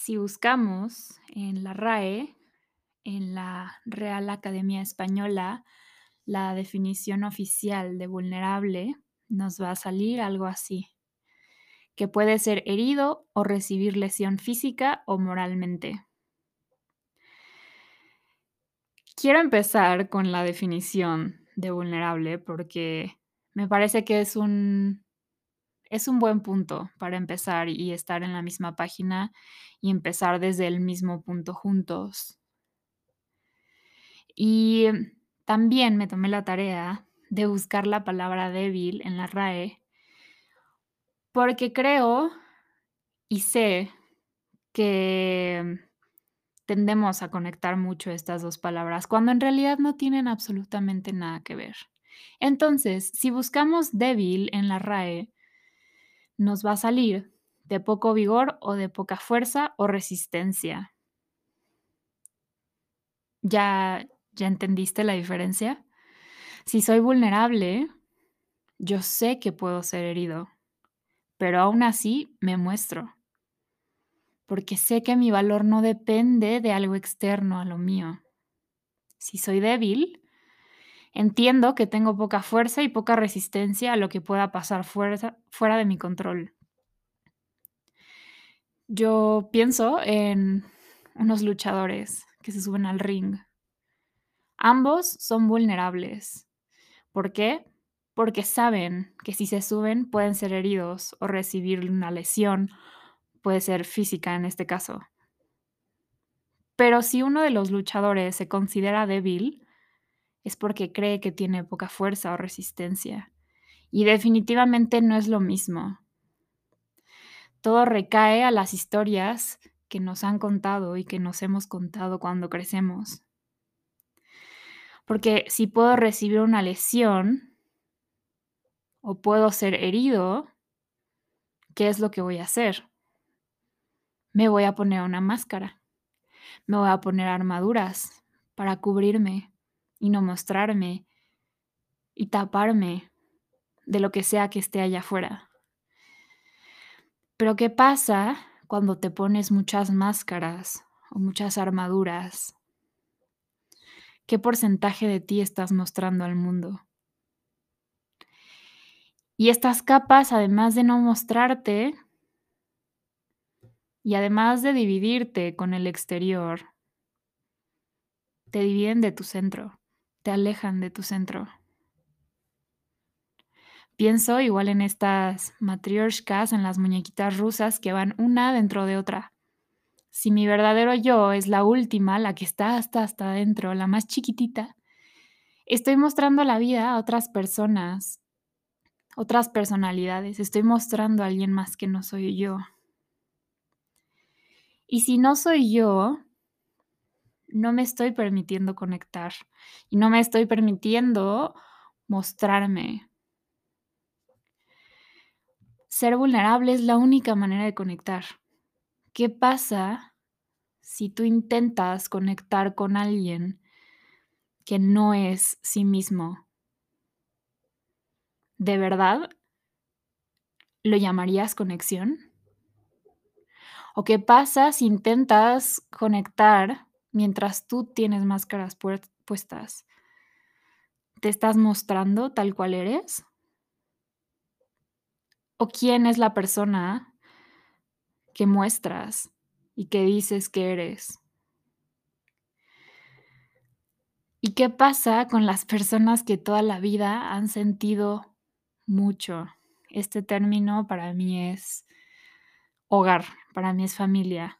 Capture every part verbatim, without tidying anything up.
Si buscamos en la R A E, en la Real Academia Española, la definición oficial de vulnerable, nos va a salir algo así, que puede ser herido o recibir lesión física o moralmente. Quiero empezar con la definición de vulnerable porque me parece que es un es un buen punto para empezar y estar en la misma página y empezar desde el mismo punto juntos. Y también me tomé la tarea de buscar la palabra débil en la R A E porque creo y sé que tendemos a conectar mucho estas dos palabras, cuando en realidad no tienen absolutamente nada que ver. Entonces, si buscamos débil en la R A E, nos va a salir de poco vigor o de poca fuerza o resistencia. ¿Ya ya entendiste la diferencia? Si soy vulnerable, yo sé que puedo ser herido, pero aún así me muestro, porque sé que mi valor no depende de algo externo a lo mío. Si soy débil, entiendo que tengo poca fuerza y poca resistencia a lo que pueda pasar fuerza fuera de mi control. Yo pienso en unos luchadores que se suben al ring. Ambos son vulnerables. ¿Por qué? Porque saben que si se suben pueden ser heridos o recibir una lesión, puede ser física en este caso. Pero si uno de los luchadores se considera débil, es porque cree que tiene poca fuerza o resistencia. Y definitivamente no es lo mismo. Todo recae a las historias que nos han contado y que nos hemos contado cuando crecemos. Porque si puedo recibir una lesión o puedo ser herido, ¿qué es lo que voy a hacer? Me voy a poner una máscara, me voy a poner armaduras para cubrirme y no mostrarme y taparme de lo que sea que esté allá afuera. Pero, ¿qué pasa cuando te pones muchas máscaras o muchas armaduras? ¿Qué porcentaje de ti estás mostrando al mundo? Y estas capas, además de no mostrarte y además de dividirte con el exterior, te dividen de tu centro, te alejan de tu centro. Pienso igual en estas matrioshkas, en las muñequitas rusas que van una dentro de otra. Si mi verdadero yo es la última, la que está hasta hasta adentro, la más chiquitita, estoy mostrando la vida a otras personas, otras personalidades, estoy mostrando a alguien más que no soy yo. Y si no soy yo, no me estoy permitiendo conectar y no me estoy permitiendo mostrarme. Ser vulnerable es la única manera de conectar. ¿Qué pasa si tú intentas conectar con alguien que no es sí mismo? ¿De verdad lo llamarías conexión? ¿O qué pasa si intentas conectar mientras tú tienes máscaras puer puestas? ¿Te estás mostrando tal cual eres? ¿O quién es la persona que muestras y que dices que eres? ¿Y qué pasa con las personas que toda la vida han sentido mucho? Este término para mí es hogar, para mí es familia.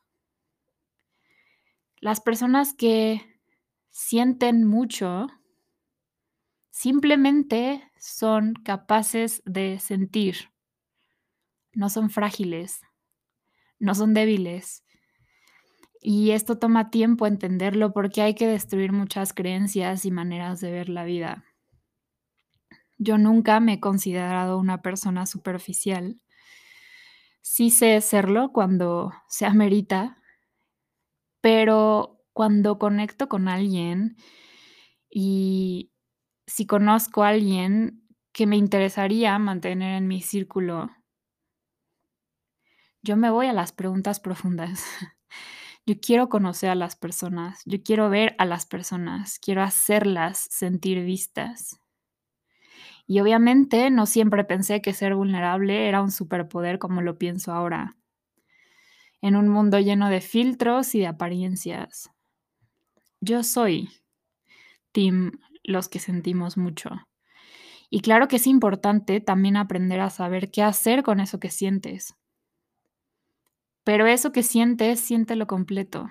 Las personas que sienten mucho simplemente son capaces de sentir, no son frágiles, no son débiles. Y esto toma tiempo entenderlo porque hay que destruir muchas creencias y maneras de ver la vida. Yo nunca me he considerado una persona superficial. Sí sé serlo cuando se amerita, pero cuando conecto con alguien y si conozco a alguien que me interesaría mantener en mi círculo, yo me voy a las preguntas profundas. Yo quiero conocer a las personas, yo quiero ver a las personas, quiero hacerlas sentir vistas. Y obviamente no siempre pensé que ser vulnerable era un superpoder como lo pienso ahora, en un mundo lleno de filtros y de apariencias. Yo soy team los que sentimos mucho. Y claro que es importante también aprender a saber qué hacer con eso que sientes. Pero eso que sientes, siéntelo completo.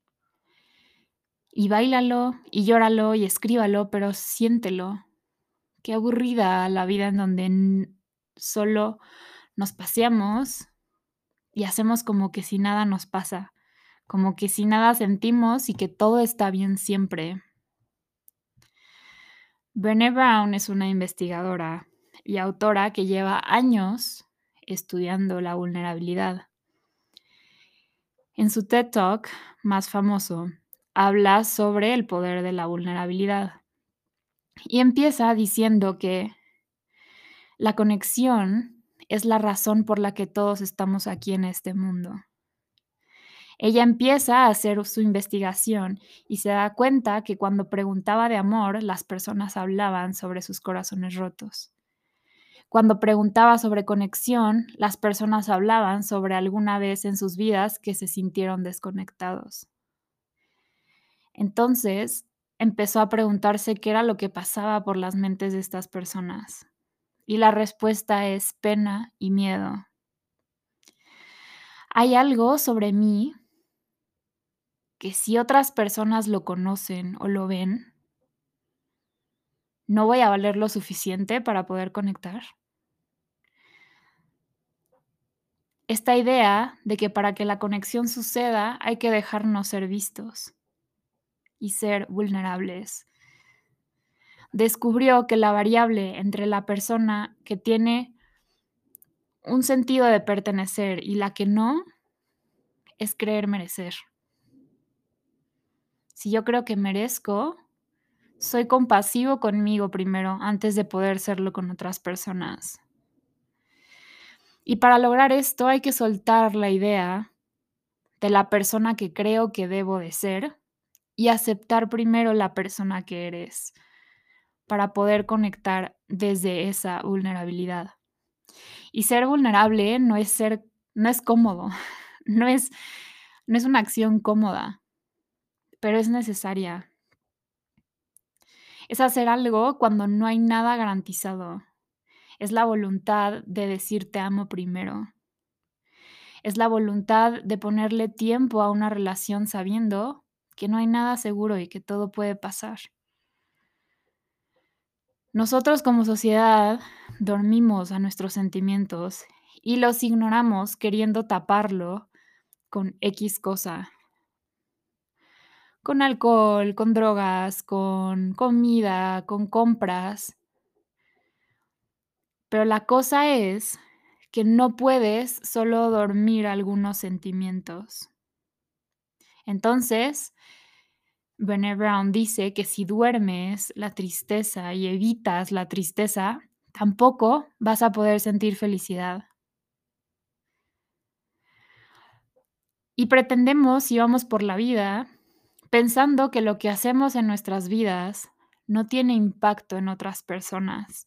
Y báilalo, y llóralo, y escríbalo, pero siéntelo. Qué aburrida la vida en donde n- solo nos paseamos y hacemos como que si nada nos pasa, como que si nada sentimos y que todo está bien siempre. Brené Brown es una investigadora y autora que lleva años estudiando la vulnerabilidad. En su TED Talk más famoso, habla sobre el poder de la vulnerabilidad y empieza diciendo que la conexión es la razón por la que todos estamos aquí en este mundo. Ella empieza a hacer su investigación y se da cuenta que cuando preguntaba de amor, las personas hablaban sobre sus corazones rotos. Cuando preguntaba sobre conexión, las personas hablaban sobre alguna vez en sus vidas que se sintieron desconectados. Entonces, empezó a preguntarse qué era lo que pasaba por las mentes de estas personas. Y la respuesta es pena y miedo. Hay algo sobre mí que si otras personas lo conocen o lo ven, ¿no voy a valer lo suficiente para poder conectar? Esta idea de que para que la conexión suceda hay que dejarnos ser vistos y ser vulnerables. Descubrió que la variable entre la persona que tiene un sentido de pertenecer y la que no es creer merecer. Si yo creo que merezco, soy compasivo conmigo primero antes de poder serlo con otras personas. Y para lograr esto hay que soltar la idea de la persona que creo que debo de ser y aceptar primero la persona que eres para poder conectar desde esa vulnerabilidad. Y ser vulnerable no es ser no es cómodo, no es no es una acción cómoda, pero es necesaria. Es hacer algo cuando no hay nada garantizado. Es la voluntad de decir te amo primero. Es la voluntad de ponerle tiempo a una relación sabiendo que no hay nada seguro y que todo puede pasar. Nosotros como sociedad dormimos a nuestros sentimientos y los ignoramos queriendo taparlo con X cosa, con alcohol, con drogas, con comida, con compras. Pero la cosa es que no puedes solo dormir algunos sentimientos. Entonces, Brené Brown dice que si duermes la tristeza y evitas la tristeza, tampoco vas a poder sentir felicidad. Y pretendemos y vamos por la vida pensando que lo que hacemos en nuestras vidas no tiene impacto en otras personas.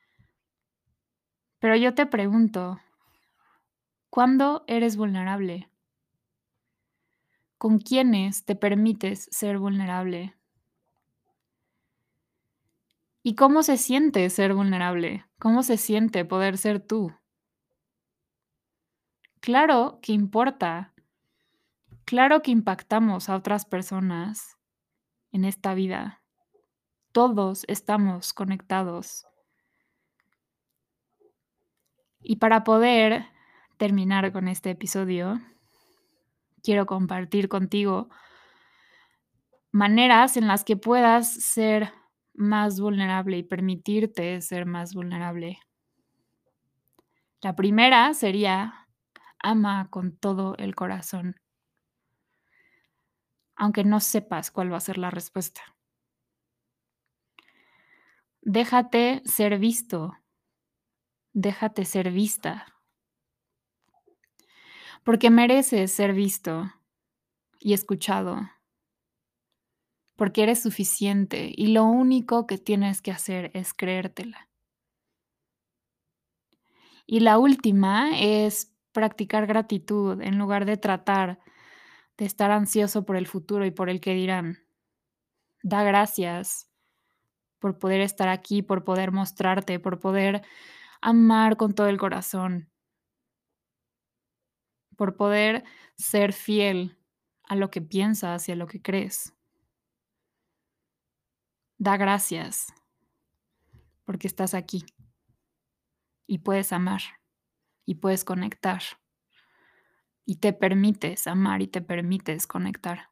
Pero yo te pregunto, ¿cuándo eres vulnerable? ¿Con quiénes te permites ser vulnerable? ¿Y cómo se siente ser vulnerable? ¿Cómo se siente poder ser tú? Claro que importa, claro que impactamos a otras personas en esta vida. Todos estamos conectados. Y para poder terminar con este episodio, quiero compartir contigo maneras en las que puedas ser más vulnerable y permitirte ser más vulnerable. La primera sería ama con todo el corazón, aunque no sepas cuál va a ser la respuesta. Déjate ser visto, déjate ser vista, porque mereces ser visto, y escuchado, porque eres suficiente y lo único que tienes que hacer es creértela. Y la última es practicar gratitud en lugar de tratar de estar ansioso por el futuro y por el que dirán. Da gracias por poder estar aquí, por poder mostrarte, por poder amar con todo el corazón, por poder ser fiel a lo que piensas y a lo que crees. Da gracias porque estás aquí y puedes amar y puedes conectar y te permites amar y te permites conectar.